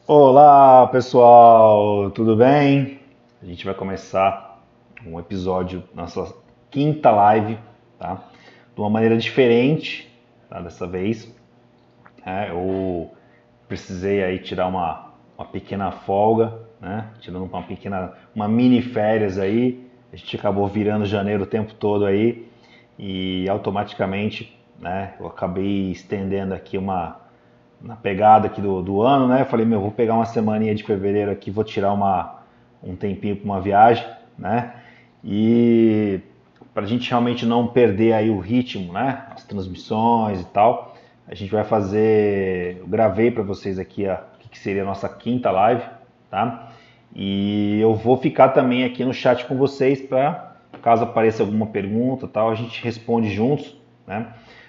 Olá, pessoal, tudo bem? A gente vai começar um episódio, nossa quinta live, tá? De uma maneira diferente, tá? Dessa vez, eu precisei aí tirar uma pequena folga, né? Tirando uma mini férias aí. A gente acabou virando janeiro o tempo todo aí e automaticamente, né? Eu acabei estendendo aqui na pegada aqui do ano, né? Eu falei, meu, vou pegar uma semaninha de fevereiro aqui, vou tirar um tempinho para uma viagem, né? E para a gente realmente não perder aí o ritmo, né? As transmissões e tal, a gente vai fazer. Eu gravei para vocês aqui o que seria a nossa quinta live, tá? E eu vou ficar também aqui no chat com vocês para caso apareça alguma pergunta, tal, a gente responde juntos, né?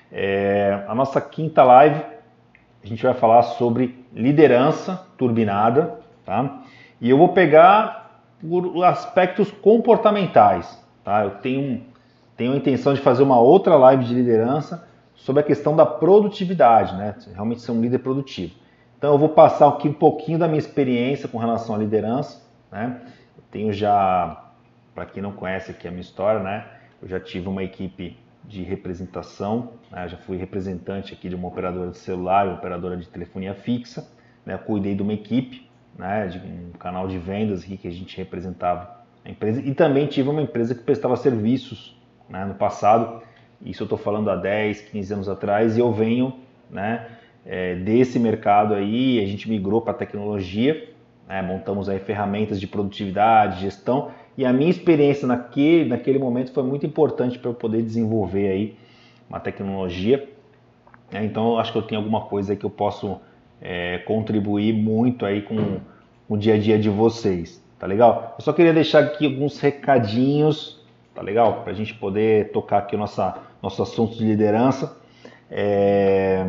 A nossa quinta live a gente vai falar sobre liderança turbinada, tá? E eu vou pegar por aspectos comportamentais, tá? Tenho a intenção de fazer uma outra live de liderança sobre a questão da produtividade, né? Realmente ser um líder produtivo. Então eu vou passar aqui um pouquinho da minha experiência com relação à liderança, né? Eu tenho já, para quem não conhece aqui a minha história, né? Eu já tive uma equipe de representação, né? Já fui representante aqui de uma operadora de celular, uma operadora de telefonia fixa, né? Cuidei de uma equipe, né? De um canal de vendas aqui que a gente representava a empresa e também tive uma empresa que prestava serviços, né? No passado. Isso eu estou falando há 10, 15 anos atrás e eu venho, né? Desse mercado aí, a gente migrou para a tecnologia, né? Montamos aí ferramentas de produtividade, gestão e a minha experiência naquele momento foi muito importante para eu poder desenvolver aí uma tecnologia. Né? Então eu acho que eu tenho alguma coisa que eu posso contribuir muito aí com o dia a dia de vocês, tá legal? Eu só queria deixar aqui alguns recadinhos, tá legal? Para a gente poder tocar aqui o nosso assunto de liderança. É...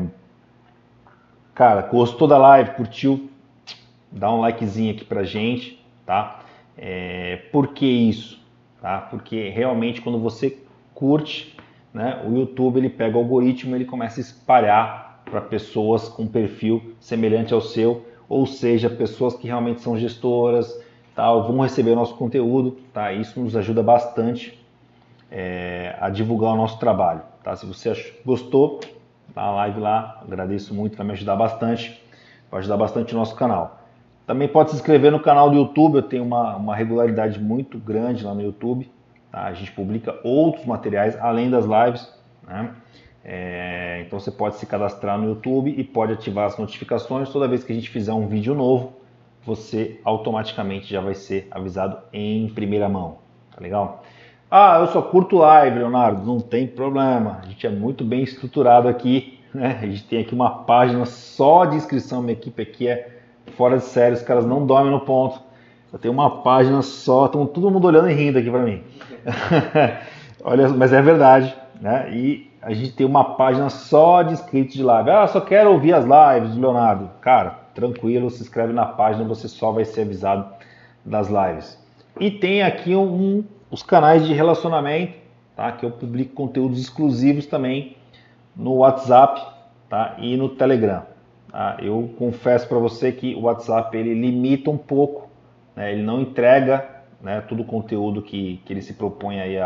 Cara, gostou da live, curtiu? Dá um likezinho aqui pra gente, tá? Por que isso? Tá? Porque realmente quando você curte, né, o YouTube ele pega o algoritmo e ele começa a espalhar para pessoas com perfil semelhante ao seu, ou seja, pessoas que realmente são gestoras, tal, vão receber o nosso conteúdo, tá? Isso nos ajuda bastante a divulgar o nosso trabalho, tá? Se você gostou da live lá, agradeço muito, vai me ajudar bastante, vai ajudar bastante o nosso canal. Também pode se inscrever no canal do YouTube, eu tenho uma regularidade muito grande lá no YouTube. Tá? A gente publica outros materiais além das lives. Né? Então você pode se cadastrar no YouTube e pode ativar as notificações. Toda vez que a gente fizer um vídeo novo, você automaticamente já vai ser avisado em primeira mão. Tá legal? Ah, eu só curto live, Leonardo. Não tem problema. A gente é muito bem estruturado aqui. Né? A gente tem aqui uma página só de inscrição. Minha equipe aqui é fora de série, os caras não dormem no ponto. Eu tenho uma página só, estão todo mundo olhando e rindo aqui para mim. Olha, mas é verdade, né? E a gente tem uma página só de inscritos de live. Ah, só quero ouvir as lives do Leonardo. Cara, tranquilo, se inscreve na página, você só vai ser avisado das lives. E tem aqui os canais de relacionamento, tá? Que eu publico conteúdos exclusivos também no WhatsApp, tá? E no Telegram. Tá? Eu confesso para você que o WhatsApp ele limita um pouco, né? Ele não entrega, né, todo o conteúdo que ele se propõe aí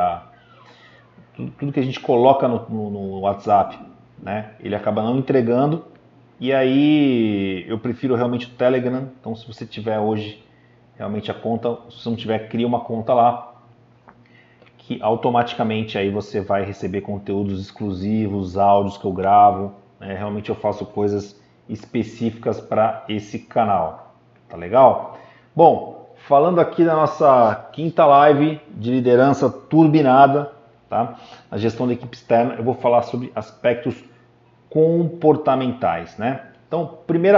tudo que a gente coloca no WhatsApp, né? Ele acaba não entregando e aí eu prefiro realmente o Telegram. Então se você tiver hoje realmente a conta, se você não tiver, cria uma conta lá que automaticamente aí você vai receber conteúdos exclusivos, áudios que eu gravo, né? Realmente eu faço coisas específicas para esse canal, tá legal? Bom, falando aqui da nossa quinta live de liderança turbinada, tá? A gestão da equipe externa, eu vou falar sobre aspectos comportamentais, né? Então,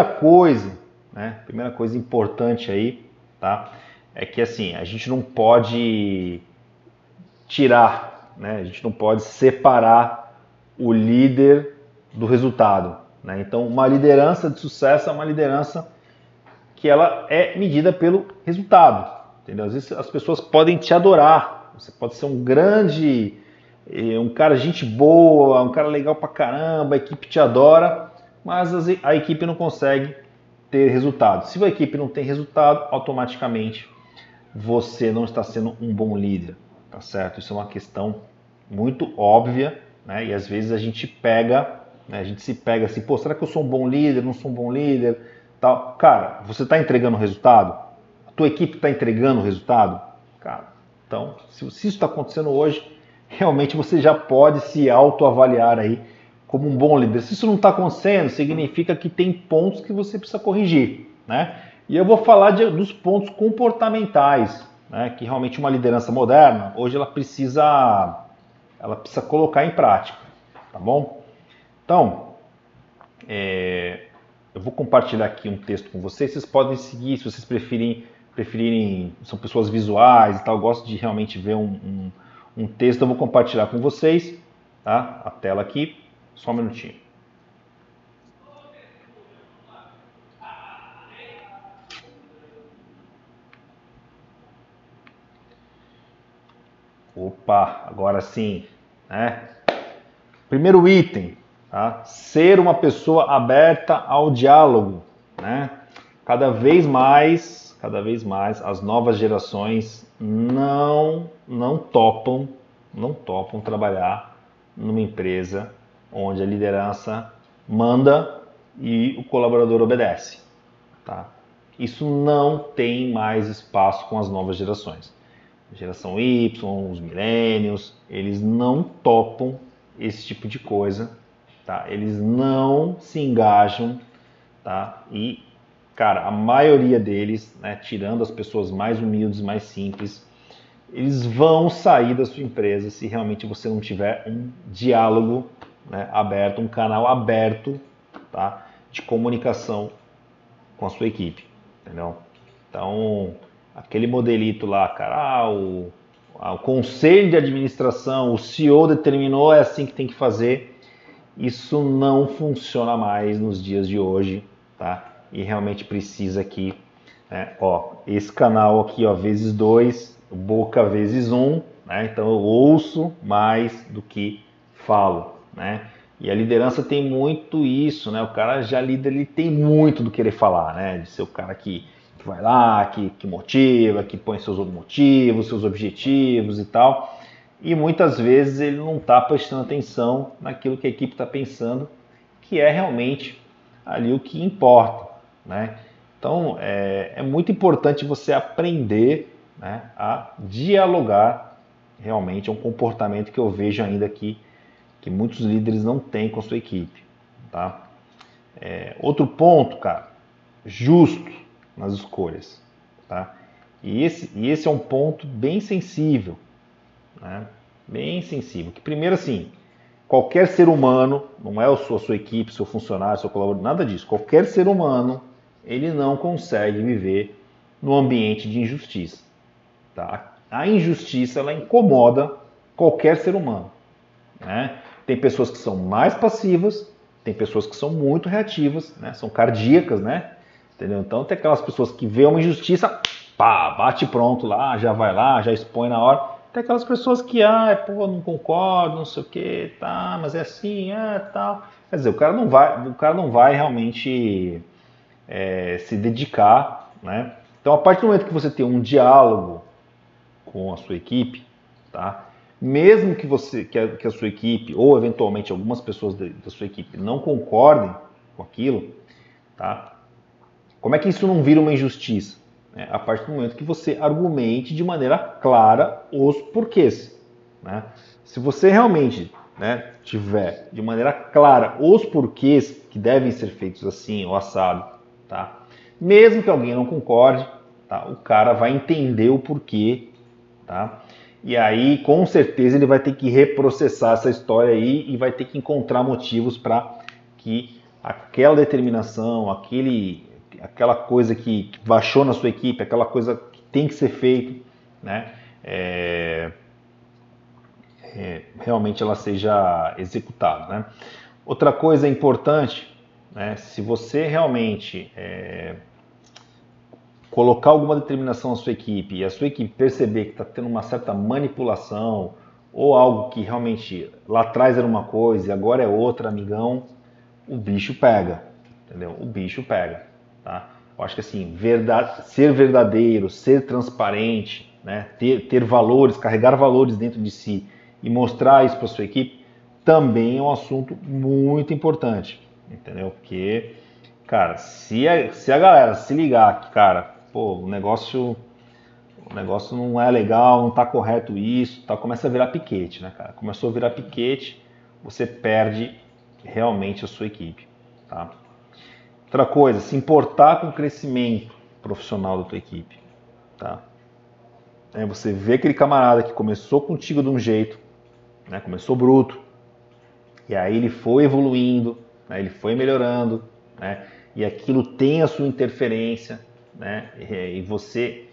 primeira coisa importante aí, tá? É que assim, a gente não pode tirar, né? A gente não pode separar o líder do resultado, né? Então, uma liderança de sucesso é uma liderança que ela é medida pelo resultado, entendeu? Às vezes as pessoas podem te adorar, você pode ser um cara gente boa, um cara legal pra caramba, a equipe te adora, mas a equipe não consegue ter resultado. Se a equipe não tem resultado, automaticamente você não está sendo um bom líder, tá certo? Isso é uma questão muito óbvia, né? E às vezes a gente pega, né? A gente se pega assim, pô, será que eu sou um bom líder? Não sou um bom líder? Tal. Cara, você está entregando resultado? A tua equipe está entregando resultado? Cara, então, se isso está acontecendo hoje, realmente você já pode se autoavaliar aí como um bom líder. Se isso não está acontecendo, significa que tem pontos que você precisa corrigir, né? E eu vou falar dos pontos comportamentais, né? Que realmente uma liderança moderna, hoje ela precisa colocar em prática, tá bom? Então, eu vou compartilhar aqui um texto com vocês. Vocês podem seguir, se vocês preferirem, são pessoas visuais e tal, eu gosto de realmente ver um texto. Eu vou compartilhar com vocês, tá? A tela aqui, só um minutinho. Opa, agora sim, né? Primeiro item, tá? Ser uma pessoa aberta ao diálogo, né? Cada vez mais, as novas gerações não topam trabalhar numa empresa onde a liderança manda e o colaborador obedece, tá? Isso não tem mais espaço com as novas gerações. A geração Y, os millennials, eles não topam esse tipo de coisa, tá? Eles não se engajam, tá? E, cara, a maioria deles, né, tirando as pessoas mais humildes, mais simples, eles vão sair da sua empresa se realmente você não tiver um diálogo, né, aberto, um canal aberto, tá, de comunicação com a sua equipe, entendeu? Então, aquele modelito lá, cara, o conselho de administração, o CEO determinou, é assim que tem que fazer. Isso não funciona mais nos dias de hoje, tá? E realmente precisa aqui, né? Ó, esse canal aqui, ó, vezes 2, boca vezes 1, né? Então eu ouço mais do que falo, né? E a liderança tem muito isso, né? O cara já líder, ele tem muito do querer falar, né? De ser o cara que vai lá, que motiva, que põe seus motivos, seus objetivos e tal. E muitas vezes ele não está prestando atenção naquilo que a equipe está pensando, que é realmente ali o que importa, né? Então é muito importante você aprender, né, a dialogar. Realmente é um comportamento que eu vejo ainda aqui que muitos líderes não têm com a sua equipe, tá? Outro ponto, cara, justo nas escolhas, tá? E esse é um ponto bem sensível, né? Bem sensível. Que primeiro assim, qualquer ser humano, não é a sua equipe, seu funcionário, seu colaborador, nada disso. Qualquer ser humano, ele não consegue viver num ambiente de injustiça, tá? A injustiça, ela incomoda qualquer ser humano, né? Tem pessoas que são mais passivas, tem pessoas que são muito reativas, né? São cardíacas, né? Entendeu? Então tem aquelas pessoas que vê uma injustiça, pá, bate pronto lá, já expõe na hora. Tem aquelas pessoas que, pô, não concordo, não sei o que, tá, mas é assim, tal. Quer dizer, o cara não vai realmente se dedicar, né? Então, a partir do momento que você tem um diálogo com a sua equipe, tá? Mesmo que a sua equipe ou eventualmente algumas pessoas da sua equipe não concordem com aquilo, tá? Como é que isso não vira uma injustiça? A partir do momento que você argumente de maneira clara os porquês, né? Se você realmente, né, tiver de maneira clara os porquês que devem ser feitos assim ou assado, tá? Mesmo que alguém não concorde, tá? O cara vai entender o porquê, tá? E aí, com certeza, ele vai ter que reprocessar essa história aí e vai ter que encontrar motivos para que aquela determinação, aquela coisa que baixou na sua equipe, aquela coisa que tem que ser feito, né? Realmente ela seja executada, né? Outra coisa importante, né? Se você realmente colocar alguma determinação na sua equipe e a sua equipe perceber que está tendo uma certa manipulação ou algo que realmente lá atrás era uma coisa e agora é outra, amigão, o bicho pega, entendeu? O bicho pega, tá? Eu acho que assim, ser verdadeiro, ser transparente, né? ter valores, carregar valores dentro de si e mostrar isso para sua equipe também é um assunto muito importante, entendeu? Porque, cara, se a galera se ligar que, cara, pô, o negócio não é legal, não está correto isso, tá, começa a virar piquete, né, cara? Começou a virar piquete, você perde realmente a sua equipe, tá? Outra coisa, se importar com o crescimento profissional da tua equipe, tá? Você vê aquele camarada que começou contigo de um jeito, né? Começou bruto, e aí ele foi evoluindo, né? Ele foi melhorando, né? E aquilo tem a sua interferência, né? E você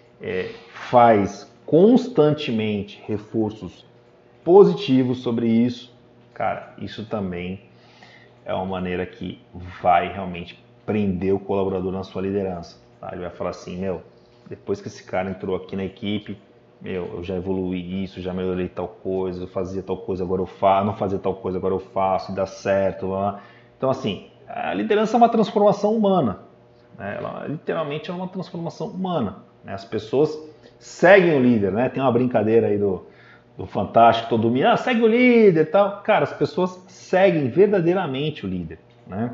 faz constantemente reforços positivos sobre isso, cara, isso também é uma maneira que vai realmente prender o colaborador na sua liderança. Tá? Ele vai falar assim, meu, depois que esse cara entrou aqui na equipe, meu, eu já evoluí isso, já melhorei tal coisa, eu fazia tal coisa, agora eu faço, não fazia tal coisa, agora eu faço, e dá certo. Blá, blá. Então, assim, a liderança é uma transformação humana. Né? Ela literalmente é uma transformação humana. Né? As pessoas seguem o líder, né? Tem uma brincadeira aí do Fantástico, todo mundo, segue o líder e tal. Cara, as pessoas seguem verdadeiramente o líder, né?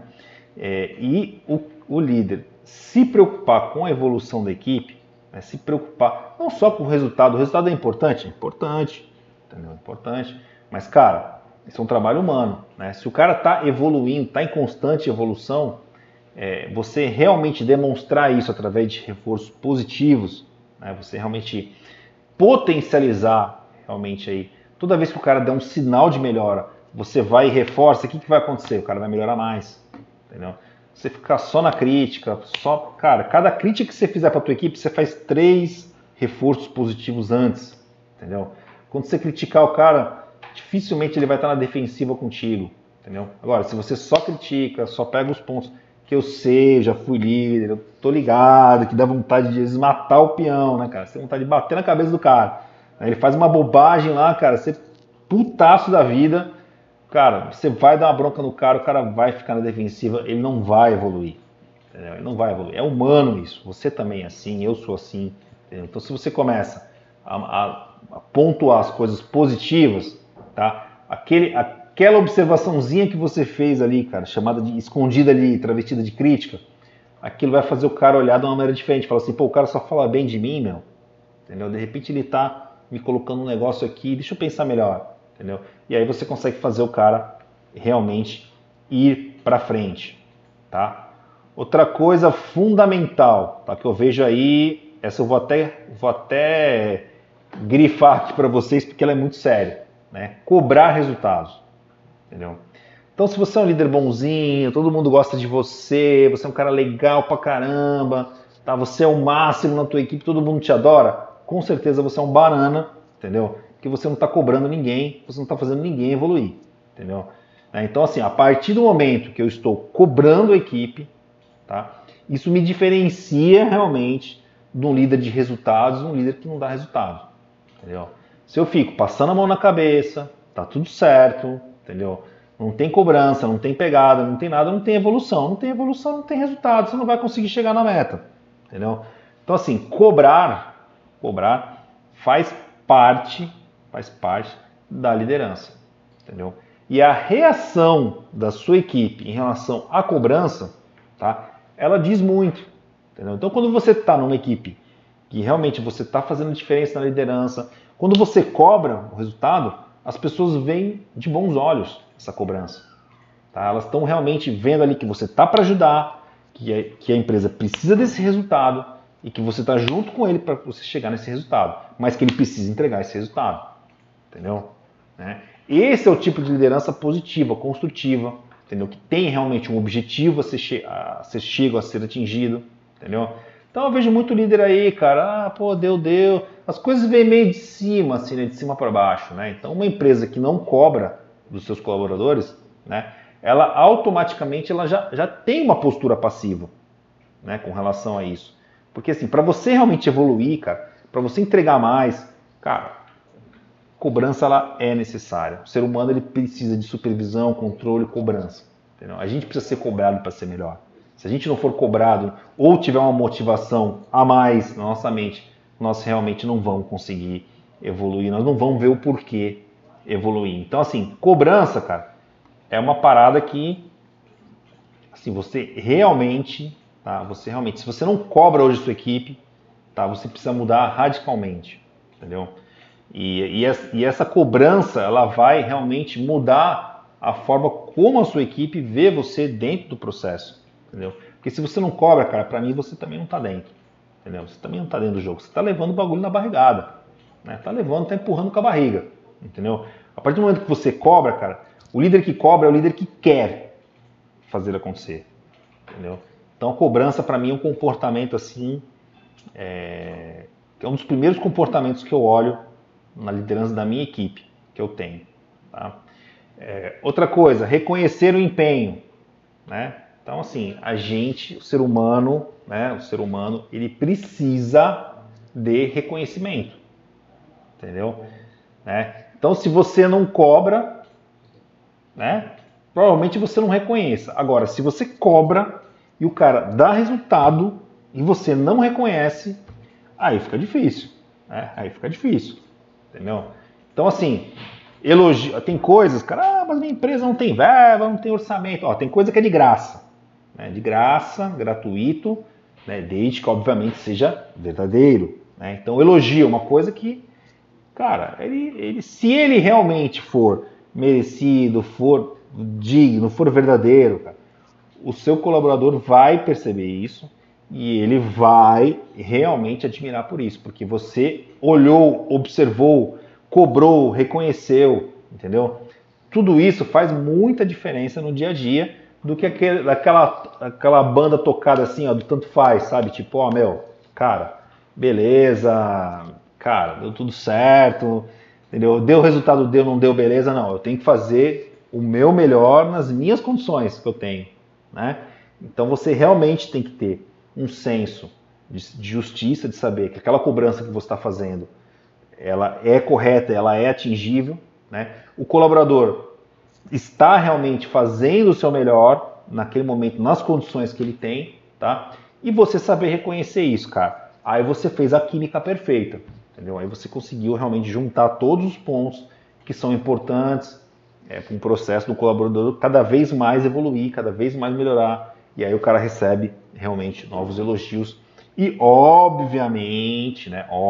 E o líder se preocupar com a evolução da equipe, né? Se preocupar não só com o resultado é importante? É importante, entendeu? É importante, mas, cara, isso é um trabalho humano, né? Se o cara está evoluindo, está em constante evolução, você realmente demonstrar isso através de reforços positivos, né? Você realmente potencializar realmente aí. Toda vez que o cara der um sinal de melhora, você vai e reforça, o que vai acontecer? O cara vai melhorar mais, entendeu? Você ficar só na crítica, cara, cada crítica que você fizer para tua equipe, você faz 3 reforços positivos antes, entendeu? Quando você criticar o cara, dificilmente ele vai estar na defensiva contigo, entendeu? Agora, se você só critica, só pega os pontos que eu sei, eu já fui líder, eu tô ligado, que dá vontade de desmatar o peão, né, cara? Você tem vontade de bater na cabeça do cara. Ele faz uma bobagem lá, cara, você putaço da vida, cara, você vai dar uma bronca no cara, o cara vai ficar na defensiva, ele não vai evoluir, entendeu? Ele não vai evoluir. É humano isso, você também é assim, eu sou assim, entendeu? Então se você começa a pontuar as coisas positivas, tá? Aquela observaçãozinha que você fez ali, cara, chamada de escondida ali, travestida de crítica, aquilo vai fazer o cara olhar de uma maneira diferente, falar assim, pô, o cara só fala bem de mim, meu, entendeu? De repente ele tá me colocando um negócio aqui, deixa eu pensar melhor, entendeu? E aí você consegue fazer o cara realmente ir para frente, tá? Outra coisa fundamental, tá? Que eu vejo aí, essa eu vou até grifar aqui para vocês porque ela é muito séria, né? Cobrar resultados, entendeu? Então, se você é um líder bonzinho, todo mundo gosta de você, você é um cara legal pra caramba, tá? Você é o máximo na tua equipe, todo mundo te adora, com certeza você é um banana, entendeu? Que você não está cobrando ninguém, você não está fazendo ninguém evoluir, entendeu? Então, assim, a partir do momento que eu estou cobrando a equipe, tá? Isso me diferencia realmente de um líder de resultados e um líder que não dá resultado, entendeu? Se eu fico passando a mão na cabeça, tá tudo certo, entendeu? Não tem cobrança, não tem pegada, não tem nada, não tem evolução. Não tem evolução, não tem resultado, você não vai conseguir chegar na meta, entendeu? Então, assim, cobrar faz parte da liderança, entendeu? E a reação da sua equipe em relação à cobrança, tá? Ela diz muito, entendeu? Então, quando você está numa equipe que realmente você está fazendo diferença na liderança, quando você cobra o resultado, as pessoas veem de bons olhos essa cobrança. Tá? Elas estão realmente vendo ali que você está para ajudar, que a empresa precisa desse resultado e que você está junto com ele para você chegar nesse resultado, mas que ele precisa entregar esse resultado. Entendeu? Né? Esse é o tipo de liderança positiva, construtiva, entendeu? Que tem realmente um objetivo a ser atingido, entendeu? Então eu vejo muito líder aí, cara, pô, deu. As coisas vêm meio de cima, assim, né? De cima para baixo, né? Então uma empresa que não cobra dos seus colaboradores, né? Ela automaticamente já tem uma postura passiva, né? Com relação a isso. Porque assim, para você realmente evoluir, cara, para você entregar mais, cara, cobrança ela é necessária. O ser humano ele precisa de supervisão, controle, cobrança. Entendeu? A gente precisa ser cobrado para ser melhor. Se a gente não for cobrado ou tiver uma motivação a mais na nossa mente, nós realmente não vamos conseguir evoluir, nós não vamos ver o porquê evoluir. Então, assim, cobrança, cara, é uma parada que, assim, você realmente, se você não cobra hoje a sua equipe, tá, você precisa mudar radicalmente, entendeu? E essa cobrança, ela vai realmente mudar a forma como a sua equipe vê você dentro do processo, entendeu? Porque se você não cobra, cara, pra mim você também não tá dentro, entendeu? Você também não tá dentro do jogo, você tá levando o bagulho na barrigada, né? Tá levando, tá empurrando com a barriga, entendeu? A partir do momento que você cobra, cara, o líder que cobra é o líder que quer fazer acontecer, entendeu? Então a cobrança pra mim é um comportamento assim, que é um dos primeiros comportamentos que eu olho na liderança da minha equipe que eu tenho. Tá? Outra coisa, reconhecer o empenho. Né? Então, assim, a gente, o ser humano, ele precisa de reconhecimento. Entendeu? Né? Então, se você não cobra, né, provavelmente você não reconheça. Agora, se você cobra e o cara dá resultado e você não reconhece, aí fica difícil. Né? Aí fica difícil. Entendeu? Então, assim, elogio. Tem coisas, cara, mas minha empresa não tem verba, não tem orçamento. Ó, tem coisa que é de graça. Né? De graça, gratuito, né? Desde que, obviamente, seja verdadeiro. Né? Então, elogio é uma coisa que, cara, se ele realmente for merecido, for digno, for verdadeiro, cara, o seu colaborador vai perceber isso e ele vai realmente admirar por isso, porque você olhou, observou, cobrou, reconheceu, entendeu? Tudo isso faz muita diferença no dia a dia do que aquela banda tocada assim, ó, do tanto faz, sabe? Tipo, ó, meu, cara, beleza, cara, deu tudo certo, entendeu? Deu resultado, deu, não deu, beleza, não. Eu tenho que fazer o meu melhor nas minhas condições que eu tenho, né? Então você realmente tem que ter um senso de justiça, de saber que aquela cobrança que você está fazendo, ela é correta, ela é atingível, né? O colaborador está realmente fazendo o seu melhor naquele momento, nas condições que ele tem, tá? E você saber reconhecer isso, cara. Aí você fez a química perfeita, entendeu? Aí você conseguiu realmente juntar todos os pontos que são importantes para um processo do colaborador cada vez mais evoluir, cada vez mais melhorar. E aí o cara recebe realmente novos elogios e, obviamente,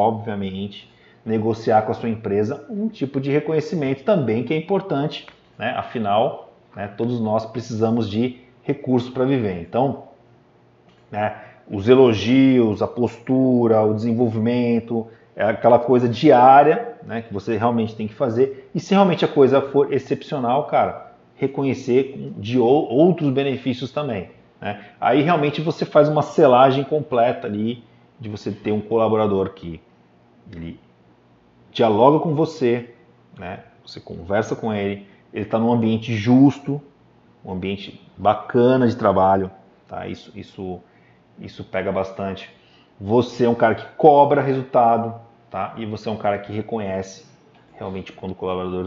negociar com a sua empresa um tipo de reconhecimento também que é importante, né? Afinal, né, todos nós precisamos de recursos para viver. Então, né, os elogios, a postura, o desenvolvimento, é aquela coisa diária, né, que você realmente tem que fazer. E se realmente a coisa for excepcional, cara, reconhecer de outros benefícios também. Né? Aí realmente você faz uma selagem completa ali de você ter um colaborador que ele dialoga com você, né? Você conversa com ele, ele está num ambiente justo, um ambiente bacana de trabalho, tá? Isso pega bastante. Você é um cara que cobra resultado, tá? E você é um cara que reconhece realmente quando o colaborador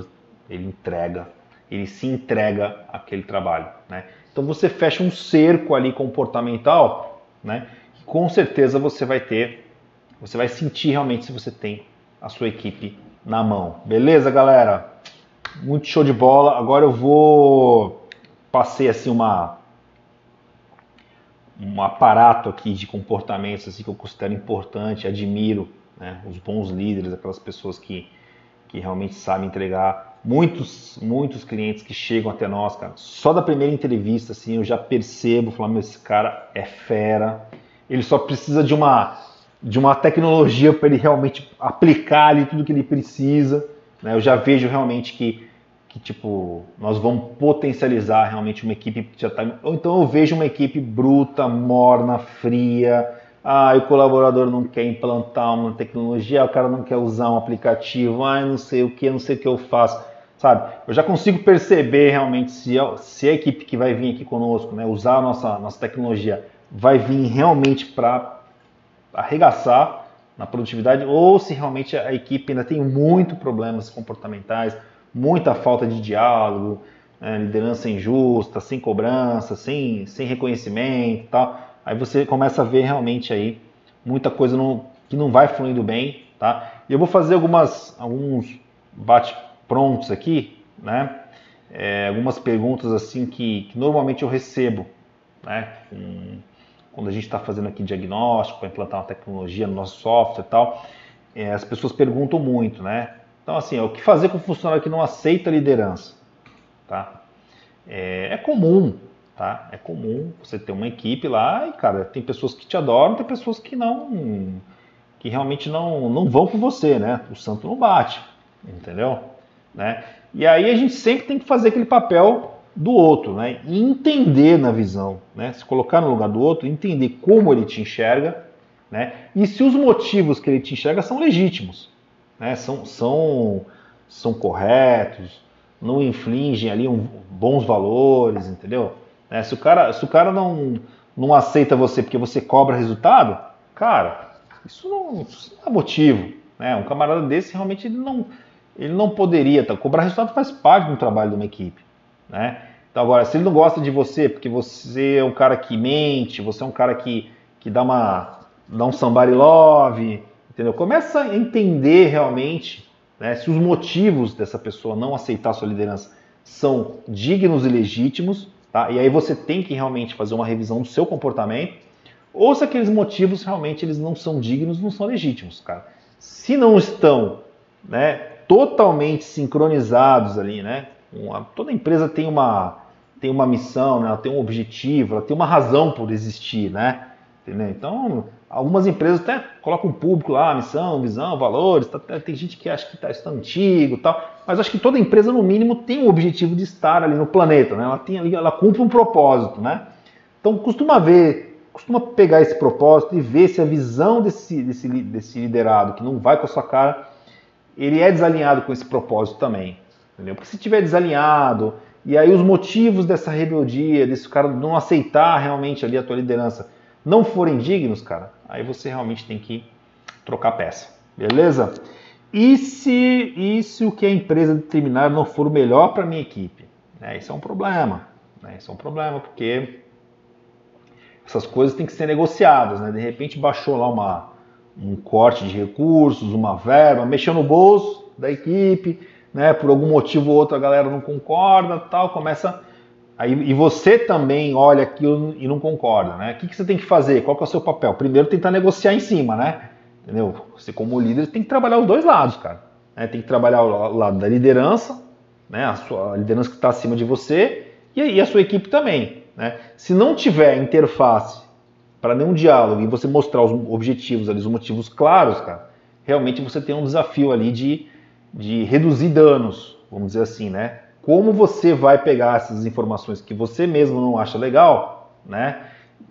ele se entrega àquele trabalho, né? Então você fecha um cerco ali comportamental, né? Que com certeza você vai sentir realmente se você tem a sua equipe na mão. Beleza, galera? Muito show de bola. Agora eu passei assim um aparato aqui de comportamentos assim que eu considero importante, admiro, né? Os bons líderes, aquelas pessoas que realmente sabem entregar. Muitos clientes que chegam até nós, cara, só da primeira entrevista assim eu já percebo, falar, esse cara é fera. Ele só precisa de uma tecnologia para ele realmente aplicar ali tudo que ele precisa. Né? Eu já vejo realmente que tipo, nós vamos potencializar realmente uma equipe que já está... Ou então eu vejo uma equipe bruta, morna, fria. O colaborador não quer implantar uma tecnologia, o cara não quer usar um aplicativo, não sei o que eu faço. Sabe? Eu já consigo perceber realmente se a equipe que vai vir aqui conosco, né, usar a nossa tecnologia, vai vir realmente para arregaçar na produtividade ou se realmente a equipe ainda tem muitos problemas comportamentais, muita falta de diálogo, né, liderança injusta, sem cobrança, sem reconhecimento e tal. Aí você começa a ver realmente aí muita coisa que não vai fluindo bem, tá? E eu vou fazer alguns bate-prontos aqui, né? Algumas perguntas assim que normalmente eu recebo, né? Quando a gente está fazendo aqui diagnóstico para implantar uma tecnologia no nosso software e tal, as pessoas perguntam muito, né? Então assim, o que fazer com o funcionário que não aceita a liderança, tá? É comum, tá? É comum você ter uma equipe lá e, cara, tem pessoas que te adoram, tem pessoas que realmente não vão com você, né? O santo não bate, entendeu? Né? E aí a gente sempre tem que fazer aquele papel do outro, né? E entender na visão, né? Se colocar no lugar do outro, entender como ele te enxerga, né? E se os motivos que ele te enxerga são legítimos, né? São corretos, não infligem ali bons valores, entendeu? Se o cara não aceita você porque você cobra resultado, cara, isso não é motivo, né? Um camarada desse realmente ele não poderia, tá? Cobrar resultado faz parte do trabalho de uma equipe, né? Então agora, se ele não gosta de você porque você é um cara que mente, você é um cara que dá um somebody love, entendeu? Começa a entender realmente, né, se os motivos dessa pessoa não aceitar a sua liderança são dignos e legítimos, tá? E aí você tem que realmente fazer uma revisão do seu comportamento, ou se aqueles motivos realmente eles não são dignos, não são legítimos, cara. Se não estão, né, totalmente sincronizados ali, né? Toda empresa tem uma missão, né? Ela tem um objetivo, ela tem uma razão por existir, né? Entendeu? Então, algumas empresas até colocam um público lá, missão, visão, valores, tem gente que acha que isso tá antigo e tal, mas acho que toda empresa, no mínimo, tem o objetivo de estar ali no planeta, né? Ela cumpre um propósito, né? Então, costuma pegar esse propósito e ver se a visão desse liderado, que não vai com a sua cara, ele é desalinhado com esse propósito também, entendeu? Porque se tiver desalinhado, e aí os motivos dessa rebeldia, desse cara não aceitar realmente ali a tua liderança, não forem dignos, cara, aí você realmente tem que trocar peça, beleza? E se o que a empresa determinar não for o melhor para a minha equipe? Isso é um problema, né? Isso é um problema, porque essas coisas têm que ser negociadas, né? De repente baixou lá um corte de recursos, uma verba, mexeu no bolso da equipe, né? Por algum motivo ou outro a galera não concorda, tal, começa aí, e você também olha aquilo e não concorda, né? O que você tem que fazer? Qual que é o seu papel? Primeiro tentar negociar em cima, né? Entendeu? Você como líder tem que trabalhar os dois lados, cara. Tem que trabalhar o lado da liderança, né? A liderança que está acima de você e a sua equipe também, né? Se não tiver interface para nenhum diálogo e você mostrar os objetivos ali, os motivos claros, cara, realmente você tem um desafio ali de reduzir danos, vamos dizer assim, né? Como você vai pegar essas informações que você mesmo não acha legal, né?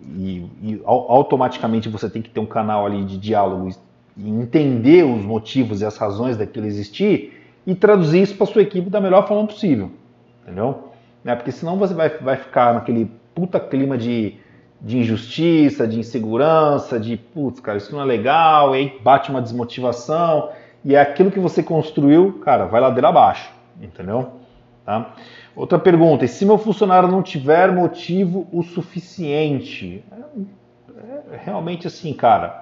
E automaticamente você tem que ter um canal ali de diálogo e entender os motivos e as razões daquilo existir e traduzir isso para sua equipe da melhor forma possível, entendeu? Porque senão você vai ficar naquele puta clima de injustiça, de insegurança, de putz, cara, isso não é legal, e aí bate uma desmotivação, e é aquilo que você construiu, cara, vai ladeira abaixo, entendeu? Tá? Outra pergunta, e se meu funcionário não tiver motivo o suficiente? Realmente assim, cara,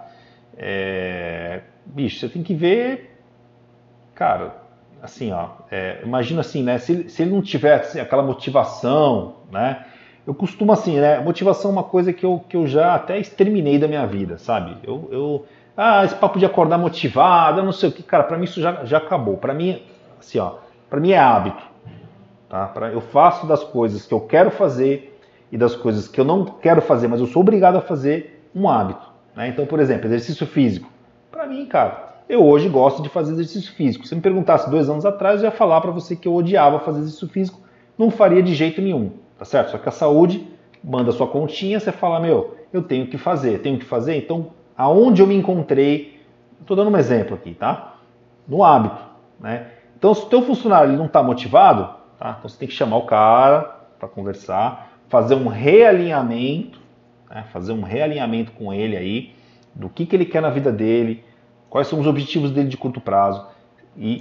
bicho, você tem que ver, cara, assim, ó, imagina assim, né, se ele não tiver assim, aquela motivação, né, eu costumo assim, né, motivação é uma coisa que eu já até exterminei da minha vida, sabe, esse papo de acordar motivado, eu não sei o que, cara, pra mim isso já acabou, pra mim, assim, ó, pra mim é hábito, tá, eu faço das coisas que eu quero fazer e das coisas que eu não quero fazer, mas eu sou obrigado a fazer um hábito, né, então, por exemplo, exercício físico, pra mim, cara, eu hoje gosto de fazer exercício físico. Se me perguntasse 2 anos atrás, eu ia falar para você que eu odiava fazer exercício físico, não faria de jeito nenhum, tá certo? Só que a saúde manda sua continha, você fala, eu tenho que fazer, então aonde eu me encontrei, estou dando um exemplo aqui, tá? No hábito, né? Então, se o teu funcionário ele não está motivado, tá? Então você tem que chamar o cara para conversar, fazer um realinhamento, né? Fazer um realinhamento com ele aí, do que ele quer na vida dele, quais são os objetivos dele de curto prazo e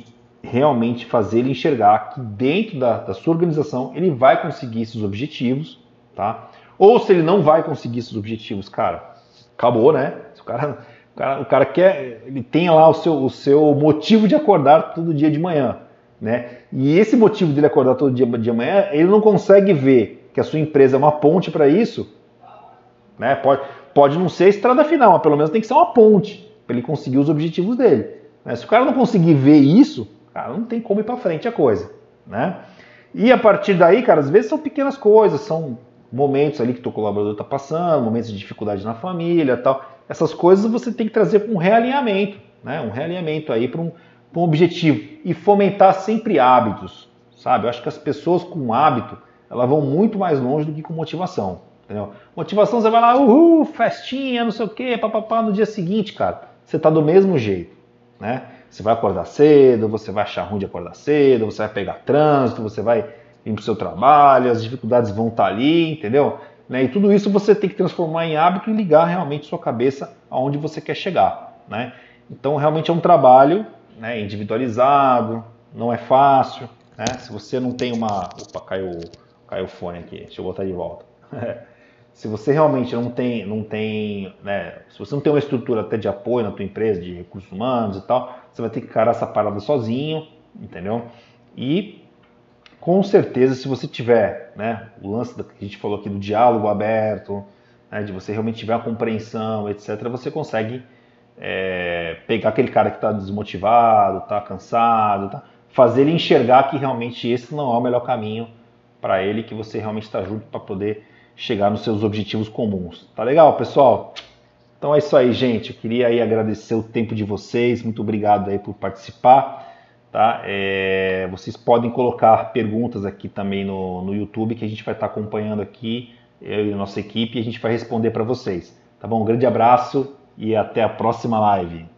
realmente fazer ele enxergar que dentro da sua organização ele vai conseguir esses objetivos, tá? Ou se ele não vai conseguir esses objetivos, cara, acabou, né? Se o cara quer, ele tem lá o seu motivo de acordar todo dia de manhã, né? E esse motivo dele acordar todo dia de manhã, ele não consegue ver que a sua empresa é uma ponte para isso, né? Pode não ser a estrada final, mas pelo menos tem que ser uma ponte para ele conseguir os objetivos dele, né? Se o cara não conseguir ver isso, cara, não tem como ir para frente a coisa, né? E a partir daí, cara, às vezes são pequenas coisas, são momentos ali que o teu colaborador está passando, momentos de dificuldade na família, tal. Essas coisas você tem que trazer para um realinhamento, né? Um realinhamento aí para um objetivo e fomentar sempre hábitos, sabe? Eu acho que as pessoas com hábito, elas vão muito mais longe do que com motivação, entendeu? Motivação, você vai lá, uhul, festinha, não sei o quê, papapá, no dia seguinte, cara, você tá do mesmo jeito, né? Você vai acordar cedo, você vai achar ruim de acordar cedo, você vai pegar trânsito, você vai ir pro seu trabalho, as dificuldades vão estar ali, entendeu? Né? E tudo isso você tem que transformar em hábito e ligar realmente sua cabeça aonde você quer chegar, né? Então realmente é um trabalho, né, individualizado, não é fácil, né? Se você não tem uma... Opa, caiu o fone aqui, deixa eu botar de volta. Se você realmente não tem, né, se você não tem uma estrutura até de apoio na tua empresa, de recursos humanos e tal, você vai ter que encarar essa parada sozinho, entendeu? E com certeza, se você tiver, né, o lance que a gente falou aqui do diálogo aberto, né, de você realmente tiver a compreensão, etc., você consegue pegar aquele cara que está desmotivado, está cansado, tá, fazer ele enxergar que realmente esse não é o melhor caminho para ele, que você realmente está junto para poder chegar nos seus objetivos comuns. Tá legal, pessoal? Então é isso aí, gente. Eu queria aí agradecer o tempo de vocês. Muito obrigado aí por participar. Tá? Vocês podem colocar perguntas aqui também no YouTube, que a gente vai estar acompanhando aqui, eu e a nossa equipe, e a gente vai responder para vocês. Tá bom? Um grande abraço e até a próxima live.